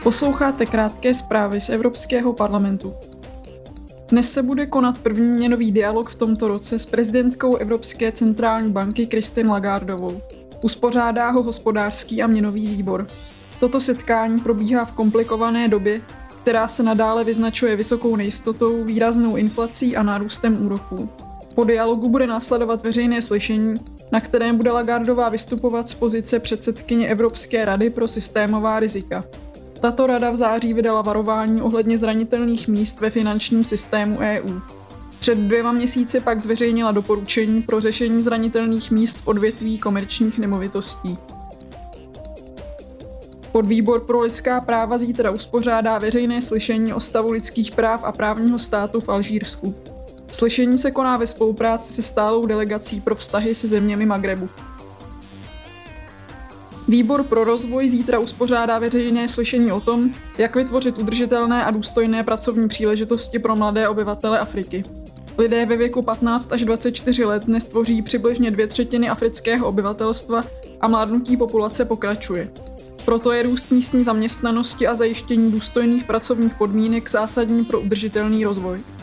Posloucháte krátké zprávy z Evropského parlamentu. Dnes se bude konat první měnový dialog v tomto roce s prezidentkou Evropské centrální banky Christine Lagardovou. Uspořádá ho hospodářský a měnový výbor. Toto setkání probíhá v komplikované době, která se nadále vyznačuje vysokou nejistotou, výraznou inflací a nárůstem úroků. Po dialogu bude následovat veřejné slyšení, na kterém bude Lagardová vystupovat z pozice předsedkyně Evropské rady pro systémová rizika. Tato rada v září vydala varování ohledně zranitelných míst ve finančním systému EU. Před 2 měsíci pak zveřejnila doporučení pro řešení zranitelných míst v odvětví komerčních nemovitostí. Podvýbor pro lidská práva zítra uspořádá veřejné slyšení o stavu lidských práv a právního státu v Alžírsku. Slyšení se koná ve spolupráci se stálou delegací pro vztahy se zeměmi Magrebu. Výbor pro rozvoj zítra uspořádá veřejné slyšení o tom, jak vytvořit udržitelné a důstojné pracovní příležitosti pro mladé obyvatele Afriky. Lidé ve věku 15 až 24 let dnes tvoří přibližně 2/3 afrického obyvatelstva a mládnutí populace pokračuje. Proto je růst místní zaměstnanosti a zajištění důstojných pracovních podmínek zásadní pro udržitelný rozvoj.